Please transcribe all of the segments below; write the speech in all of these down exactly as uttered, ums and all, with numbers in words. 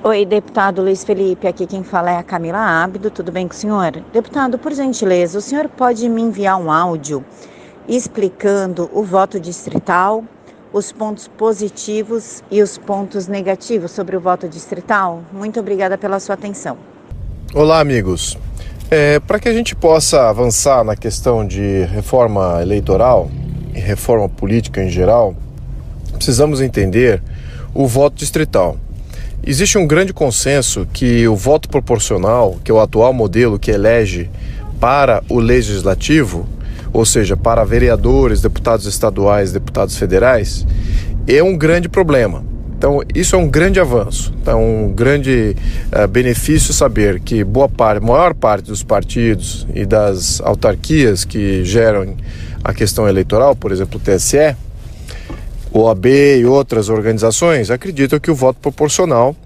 Oi, deputado Luiz Felipe, aqui quem fala é a Camila Ábido, tudo bem com o senhor? Deputado, por gentileza, o senhor pode me enviar um áudio explicando o voto distrital, os pontos positivos e os pontos negativos sobre o voto distrital? Muito obrigada pela sua atenção. Olá, amigos. É, para que a gente possa avançar na questão de reforma eleitoral e reforma política em geral, precisamos entender o voto distrital. Existe um grande consenso que o voto proporcional, que é o atual modelo que elege para o legislativo, ou seja, para vereadores, deputados estaduais, deputados federais, é um grande problema. Então, isso é um grande avanço, é um grande uh, benefício saber que boa parte, maior parte dos partidos e das autarquias que geram a questão eleitoral, por exemplo, o T S E, O A B e outras organizações, acreditam que o voto proporcional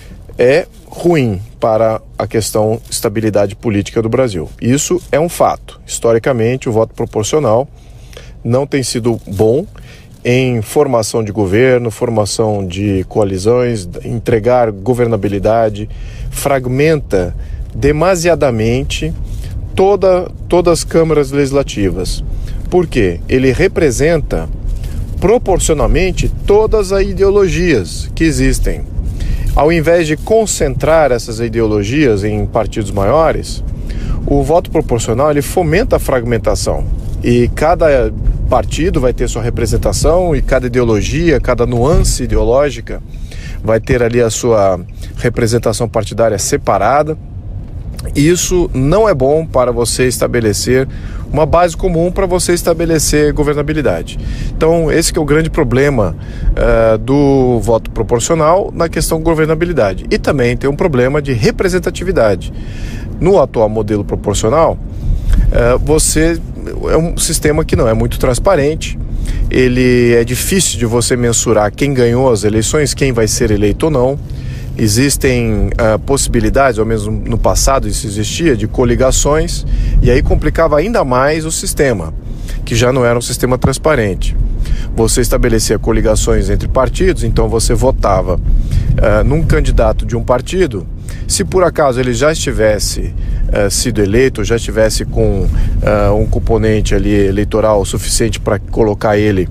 é ruim para a questão estabilidade política do Brasil. Isso é um fato. Historicamente, o voto proporcional não tem sido bom em formação de governo, formação de coalizões, entregar governabilidade, fragmenta demasiadamente toda, todas as câmaras legislativas. Por quê? Ele representa proporcionalmente todas as ideologias que existem. Ao invés de concentrar essas ideologias em partidos maiores, o voto proporcional ele fomenta a fragmentação. E cada partido vai ter sua representação e cada ideologia, cada nuance ideológica vai ter ali a sua representação partidária separada. Isso não é bom para você estabelecer uma base comum para você estabelecer governabilidade. Então, esse que é o grande problema uh, do voto proporcional na questão de governabilidade. E também tem um problema de representatividade. No atual modelo proporcional, uh, você é um sistema que não é muito transparente, ele é difícil de você mensurar quem ganhou as eleições, quem vai ser eleito ou não. Existem uh, possibilidades, ou mesmo no passado isso existia, de coligações, e aí complicava ainda mais o sistema, que já não era um sistema transparente. Você estabelecia coligações entre partidos, então você votava uh, num candidato de um partido. Se por acaso ele já estivesse uh, sido eleito, já estivesse com uh, um componente ali eleitoral suficiente para colocar ele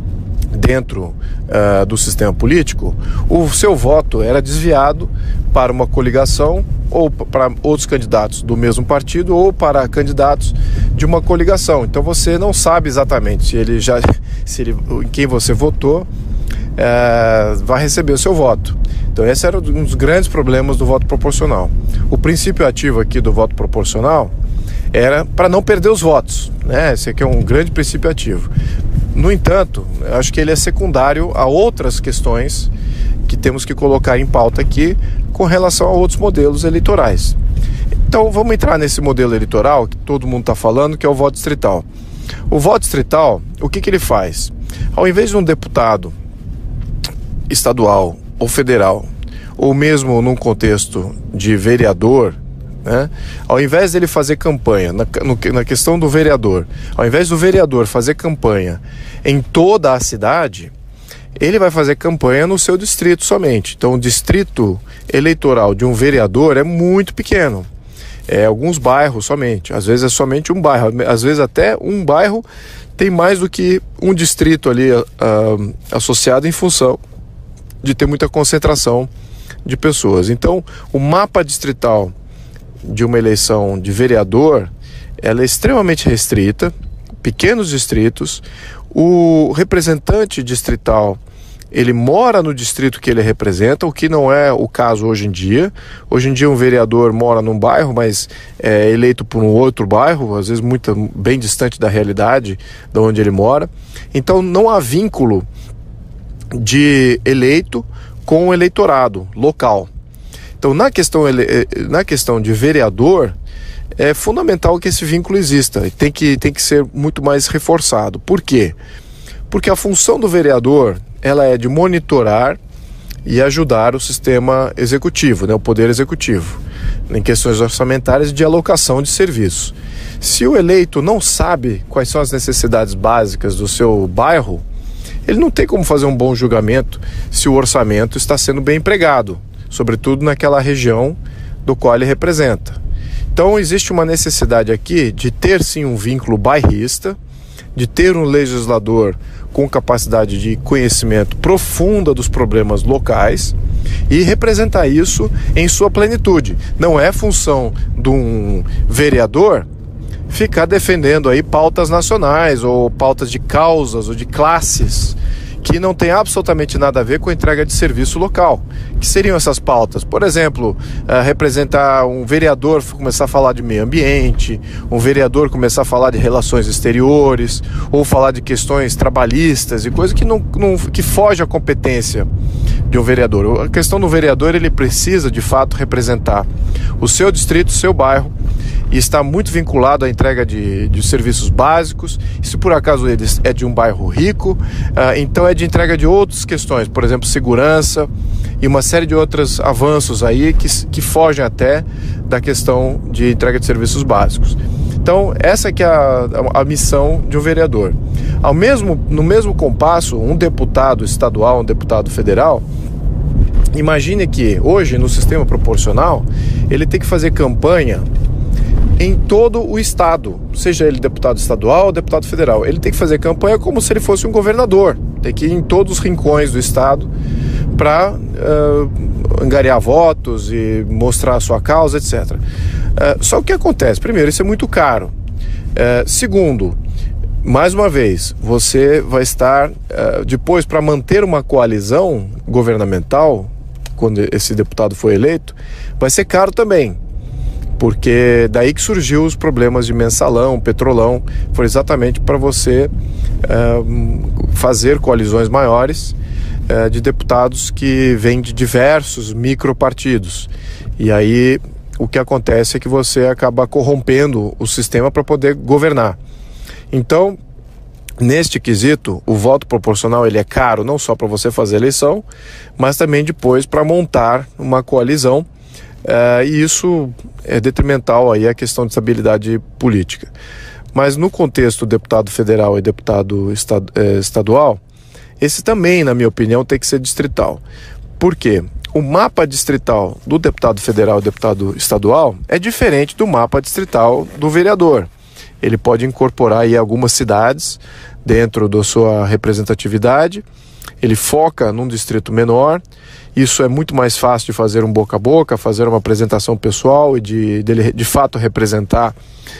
dentro uh, do sistema político, o seu voto era desviado para uma coligação ou para outros candidatos do mesmo partido ou para candidatos de uma coligação. Então você não sabe exatamente se ele já, se ele, em quem você votou uh, vai receber o seu voto. Então esse era um dos grandes problemas do voto proporcional. O princípio ativo aqui do voto proporcional era para não perder os votos, né? Esse aqui é um grande princípio ativo. No entanto, acho que ele é secundário a outras questões que temos que colocar em pauta aqui com relação a outros modelos eleitorais. Então vamos entrar nesse modelo eleitoral que todo mundo está falando, que é o voto distrital. O voto distrital, o que, que ele faz? Ao invés de um deputado estadual ou federal, ou mesmo num contexto de vereador, né? Ao invés dele fazer campanha, na, no, na questão do vereador, ao invés do vereador fazer campanha em toda a cidade, ele vai fazer campanha no seu distrito somente. Então o distrito eleitoral de um vereador é muito pequeno, é alguns bairros somente, às vezes é somente um bairro, às vezes até um bairro tem mais do que um distrito ali uh, associado em função de ter muita concentração de pessoas. Então o mapa distrital de uma eleição de vereador, ela é extremamente restrita, pequenos distritos, o representante distrital, ele mora no distrito que ele representa, o que não é o caso hoje em dia. Hoje em dia um vereador mora num bairro, mas é eleito por um outro bairro, às vezes muito bem distante da realidade de onde ele mora. Então não há vínculo de eleito com o eleitorado local. Então, na questão, na questão de vereador, é fundamental que esse vínculo exista. Tem que, tem que ser muito mais reforçado. Por quê? Porque a função do vereador ela é de monitorar e ajudar o sistema executivo, né, o poder executivo, em questões orçamentárias e de alocação de serviços. Se o eleito não sabe quais são as necessidades básicas do seu bairro, ele não tem como fazer um bom julgamento se o orçamento está sendo bem empregado. sobretudo naquela região do qual ele representa. Então existe uma necessidade aqui de ter sim um vínculo bairrista, de ter um legislador com capacidade de conhecimento profunda dos problemas locais e representar isso em sua plenitude. Não é função de um vereador ficar defendendo aí pautas nacionais ou pautas de causas ou de classes que não tem absolutamente nada a ver com a entrega de serviço local. Que seriam essas pautas? Por exemplo, uh, representar um vereador começar a falar de meio ambiente, um vereador começar a falar de relações exteriores, ou falar de questões trabalhistas e coisa que, não, não, que foge à competência de um vereador. A questão do vereador, ele precisa de fato representar o seu distrito, o seu bairro, e está muito vinculado à entrega de, de serviços básicos. E se por acaso ele é de um bairro rico, uh, então é de entrega de outras questões, por exemplo, segurança e uma série de outros avanços aí que, que fogem até da questão de entrega de serviços básicos. Então essa que é a, a missão de um vereador. Ao mesmo, no mesmo compasso, um deputado estadual, um deputado federal, imagine que hoje no sistema proporcional ele tem que fazer campanha em todo o estado, seja ele deputado estadual ou deputado federal. Ele tem que fazer campanha como se ele fosse um governador, tem que ir em todos os rincões do estado para uh, angariar votos e mostrar a sua causa, etcétera. Uh, só que o que acontece? Primeiro, isso é muito caro. Uh, segundo, mais uma vez, você vai estar, uh, depois, para manter uma coalizão governamental, quando esse deputado for eleito, vai ser caro também. Porque daí que surgiu os problemas de mensalão, petrolão, foi exatamente para você uh, fazer coalizões maiores uh, de deputados que vêm de diversos micropartidos. E aí o que acontece é que você acaba corrompendo o sistema para poder governar. Então, neste quesito, o voto proporcional ele é caro não só para você fazer eleição, mas também depois para montar uma coalizão. Uh, e isso é detrimental aí à questão de estabilidade política. Mas no contexto deputado federal e deputado estad, eh, estadual, esse também, na minha opinião, tem que ser distrital. Por quê? O mapa distrital do deputado federal e deputado estadual é diferente do mapa distrital do vereador. Ele pode incorporar aí algumas cidades dentro da sua representatividade, ele foca num distrito menor. Isso é muito mais fácil de fazer um boca a boca, fazer uma apresentação pessoal e de, de, de fato representar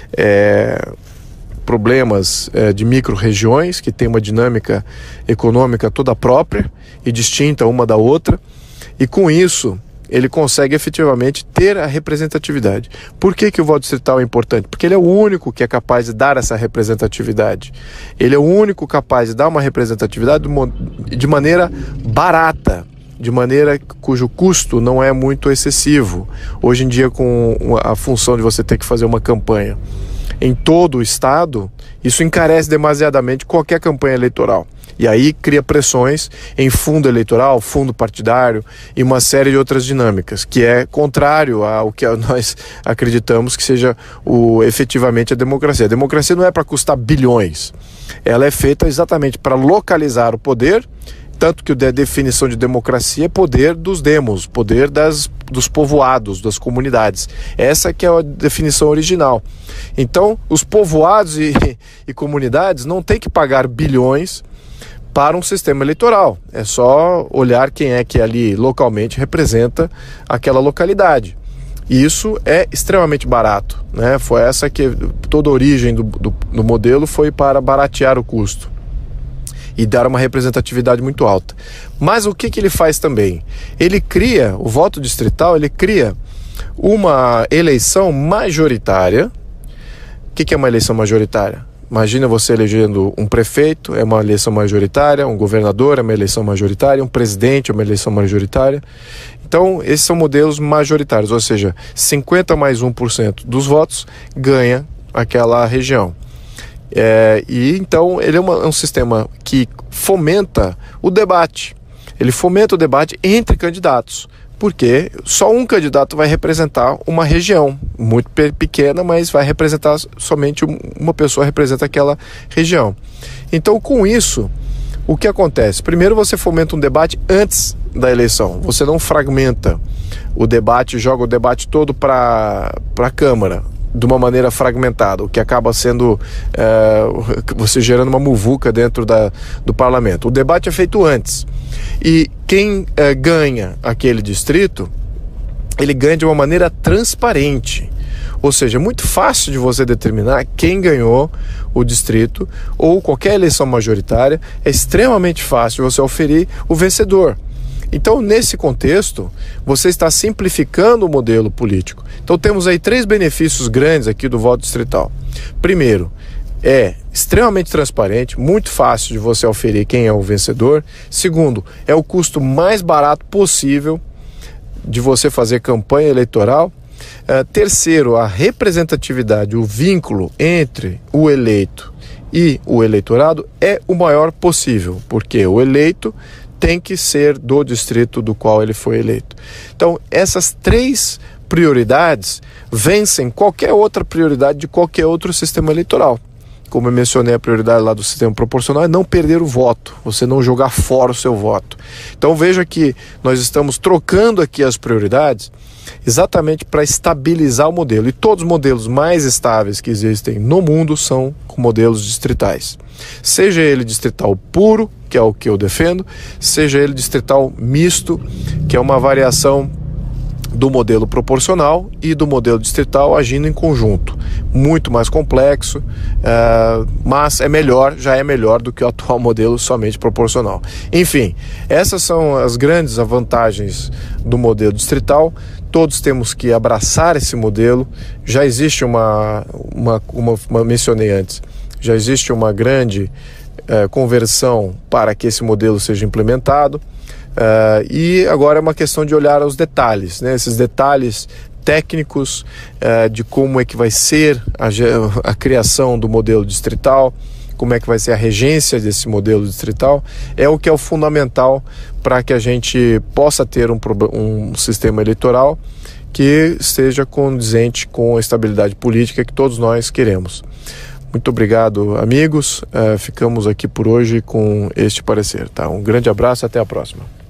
é, problemas é, de micro-regiões que tem uma dinâmica econômica toda própria e distinta uma da outra. E com isso ele consegue efetivamente ter a representatividade. Por que que o voto distrital é importante? Porque ele é o único que é capaz de dar essa representatividade. Ele é o único capaz de dar uma representatividade de maneira barata, de maneira cujo custo não é muito excessivo. Hoje em dia, com a função de você ter que fazer uma campanha em todo o estado, isso encarece demasiadamente qualquer campanha eleitoral. E aí cria pressões em fundo eleitoral, fundo partidário e uma série de outras dinâmicas, que é contrário ao que nós acreditamos que seja o, efetivamente a democracia. A democracia não é para custar bilhões, ela é feita exatamente para localizar o poder, tanto que a definição de democracia é poder dos demos, poder das, dos povoados, das comunidades. Essa que é a definição original. Então, os povoados e, e comunidades não têm que pagar bilhões para um sistema eleitoral. É só olhar quem é que ali localmente representa aquela localidade. E isso é extremamente barato, né? Foi essa que toda a origem do, do, do modelo foi para baratear o custo e dar uma representatividade muito alta. Mas o que, que ele faz também? Ele cria, o voto distrital, ele cria uma eleição majoritária. O que, que é uma eleição majoritária? Imagina você elegendo um prefeito, é uma eleição majoritária, um governador é uma eleição majoritária, um presidente é uma eleição majoritária. Então, esses são modelos majoritários, ou seja, cinquenta mais um por cento dos votos ganha aquela região. É, e então ele é, uma, é um sistema que fomenta o debate. Ele fomenta o debate entre candidatos, porque só um candidato vai representar uma região muito pequena, mas vai representar somente uma pessoa representa aquela região. Então, com isso, o que acontece? Primeiro, você fomenta um debate antes da eleição. Você não fragmenta o debate, joga o debate todo para a Câmara, de uma maneira fragmentada, o que acaba sendo é, você gerando uma muvuca dentro da, do parlamento. O debate é feito antes, e quem é, ganha aquele distrito, ele ganha de uma maneira transparente, ou seja, é muito fácil de você determinar quem ganhou o distrito, ou qualquer eleição majoritária, é extremamente fácil você oferir o vencedor. Então, nesse contexto, você está simplificando o modelo político. Então, temos aí três benefícios grandes aqui do voto distrital. Primeiro, é extremamente transparente, muito fácil de você oferir quem é o vencedor. Segundo, é o custo mais barato possível de você fazer campanha eleitoral. Uh, terceiro, a representatividade, o vínculo entre o eleito e o eleitorado é o maior possível, porque o eleito tem que ser do distrito do qual ele foi eleito. Então, essas três prioridades vencem qualquer outra prioridade de qualquer outro sistema eleitoral. Como eu mencionei, a prioridade lá do sistema proporcional é não perder o voto, você não jogar fora o seu voto. Então veja que nós estamos trocando aqui as prioridades exatamente para estabilizar o modelo. E todos os modelos mais estáveis que existem no mundo são com modelos distritais. Seja ele distrital puro, que é o que eu defendo, seja ele distrital misto, que é uma variação do modelo proporcional e do modelo distrital agindo em conjunto. Muito mais complexo, uh, mas é melhor, já é melhor do que o atual modelo somente proporcional. Enfim, essas são as grandes vantagens do modelo distrital. Todos temos que abraçar esse modelo. Já existe uma, uma, uma, uma mencionei antes, já existe uma grande uh, conversão para que esse modelo seja implementado. Uh, e agora é uma questão de olhar os detalhes, né? Esses detalhes técnicos uh, de como é que vai ser a, a criação do modelo distrital, como é que vai ser a regência desse modelo distrital, é o que é o fundamental para que a gente possa ter um, um sistema eleitoral que esteja condizente com a estabilidade política que todos nós queremos. Muito obrigado, amigos. Uh, ficamos aqui por hoje com este parecer. Tá? Um grande abraço e até a próxima.